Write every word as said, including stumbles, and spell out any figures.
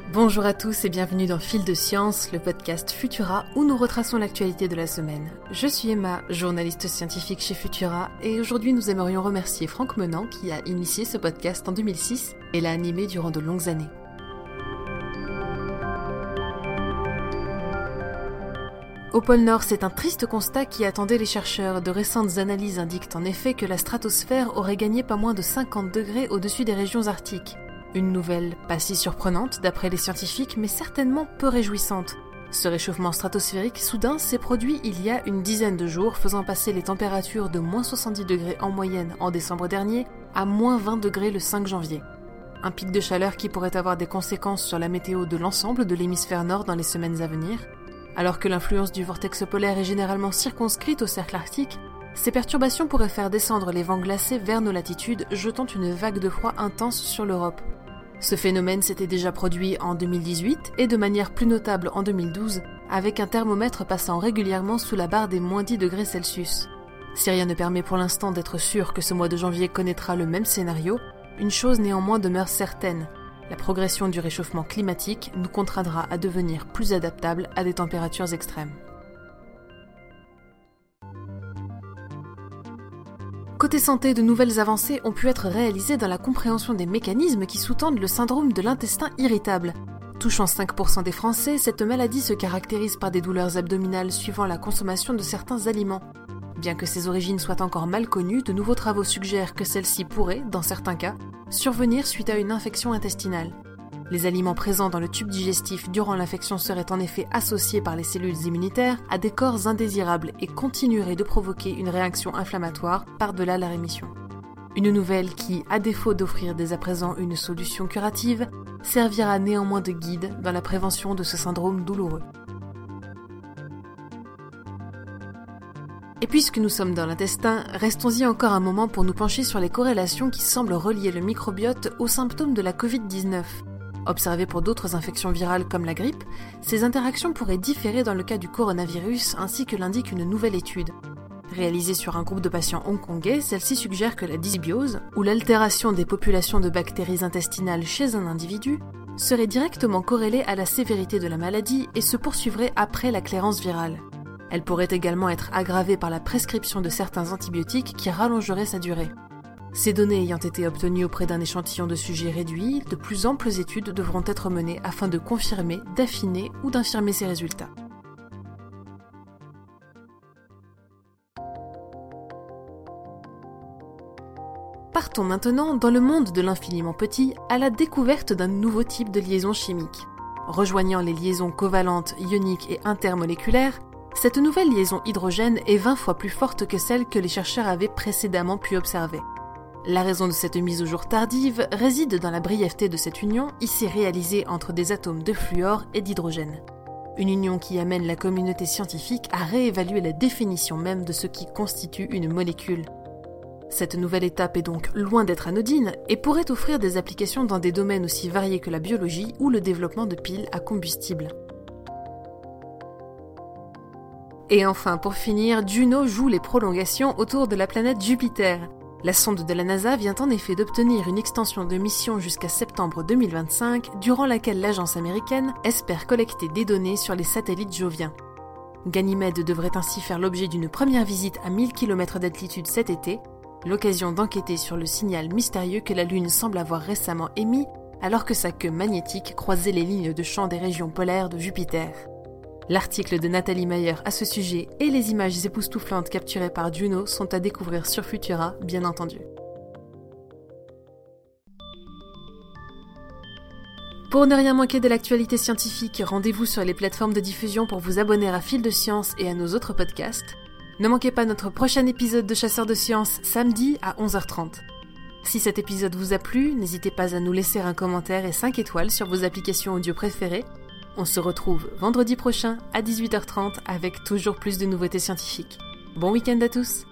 Bonjour à tous et bienvenue dans Fil de Science, le podcast Futura où nous retraçons l'actualité de la semaine. Je suis Emma, journaliste scientifique chez Futura, et aujourd'hui nous aimerions remercier Franck Menant qui a initié ce podcast en deux mille six et l'a animé durant de longues années. Au pôle Nord, c'est un triste constat qui attendait les chercheurs. De récentes analyses indiquent en effet que la stratosphère aurait gagné pas moins de cinquante degrés au-dessus des régions arctiques. Une nouvelle pas si surprenante d'après les scientifiques, mais certainement peu réjouissante. Ce réchauffement stratosphérique soudain s'est produit il y a une dizaine de jours, faisant passer les températures de moins soixante-dix degrés en moyenne en décembre dernier à moins vingt degrés le cinq janvier. Un pic de chaleur qui pourrait avoir des conséquences sur la météo de l'ensemble de l'hémisphère nord dans les semaines à venir. Alors que l'influence du vortex polaire est généralement circonscrite au cercle arctique, ces perturbations pourraient faire descendre les vents glacés vers nos latitudes, jetant une vague de froid intense sur l'Europe. Ce phénomène s'était déjà produit en deux mille dix-huit et de manière plus notable en deux mille douze, avec un thermomètre passant régulièrement sous la barre des moins dix degrés Celsius. Si rien ne permet pour l'instant d'être sûr que ce mois de janvier connaîtra le même scénario, une chose néanmoins demeure certaine. La progression du réchauffement climatique nous contraindra à devenir plus adaptables à des températures extrêmes. Côté santé, de nouvelles avancées ont pu être réalisées dans la compréhension des mécanismes qui sous-tendent le syndrome de l'intestin irritable. Touchant cinq pour cent des Français, cette maladie se caractérise par des douleurs abdominales suivant la consommation de certains aliments. Bien que ses origines soient encore mal connues, de nouveaux travaux suggèrent que celle-ci pourrait, dans certains cas, survenir suite à une infection intestinale. Les aliments présents dans le tube digestif durant l'infection seraient en effet associés par les cellules immunitaires à des corps indésirables et continueraient de provoquer une réaction inflammatoire par-delà la rémission. Une nouvelle qui, à défaut d'offrir dès à présent une solution curative, servira néanmoins de guide dans la prévention de ce syndrome douloureux. Et puisque nous sommes dans l'intestin, restons-y encore un moment pour nous pencher sur les corrélations qui semblent relier le microbiote aux symptômes de la covid dix-neuf. Observées pour d'autres infections virales comme la grippe, ces interactions pourraient différer dans le cas du coronavirus, ainsi que l'indique une nouvelle étude. Réalisée sur un groupe de patients hongkongais, celle-ci suggère que la dysbiose, ou l'altération des populations de bactéries intestinales chez un individu, serait directement corrélée à la sévérité de la maladie et se poursuivrait après la clairance virale. Elle pourrait également être aggravée par la prescription de certains antibiotiques qui rallongeraient sa durée. Ces données ayant été obtenues auprès d'un échantillon de sujets réduit, de plus amples études devront être menées afin de confirmer, d'affiner ou d'infirmer ces résultats. Partons maintenant dans le monde de l'infiniment petit à la découverte d'un nouveau type de liaison chimique. Rejoignant les liaisons covalentes, ioniques et intermoléculaires, cette nouvelle liaison hydrogène est vingt fois plus forte que celle que les chercheurs avaient précédemment pu observer. La raison de cette mise au jour tardive réside dans la brièveté de cette union, ici réalisée entre des atomes de fluor et d'hydrogène. Une union qui amène la communauté scientifique à réévaluer la définition même de ce qui constitue une molécule. Cette nouvelle étape est donc loin d'être anodine et pourrait offrir des applications dans des domaines aussi variés que la biologie ou le développement de piles à combustible. Et enfin, pour finir, Juno joue les prolongations autour de la planète Jupiter. La sonde de la NASA vient en effet d'obtenir une extension de mission jusqu'à septembre deux mille vingt-cinq, durant laquelle l'agence américaine espère collecter des données sur les satellites joviens. Ganymède devrait ainsi faire l'objet d'une première visite à mille kilomètres d'altitude cet été, l'occasion d'enquêter sur le signal mystérieux que la Lune semble avoir récemment émis alors que sa queue magnétique croisait les lignes de champ des régions polaires de Jupiter. L'article de Nathalie Mayer à ce sujet et les images époustouflantes capturées par Juno sont à découvrir sur Futura, bien entendu. Pour ne rien manquer de l'actualité scientifique, rendez-vous sur les plateformes de diffusion pour vous abonner à Fil de Science et à nos autres podcasts. Ne manquez pas notre prochain épisode de Chasseurs de Sciences samedi à onze heures trente. Si cet épisode vous a plu, n'hésitez pas à nous laisser un commentaire et cinq étoiles sur vos applications audio préférées. On se retrouve vendredi prochain à dix-huit heures trente avec toujours plus de nouveautés scientifiques. Bon week-end à tous!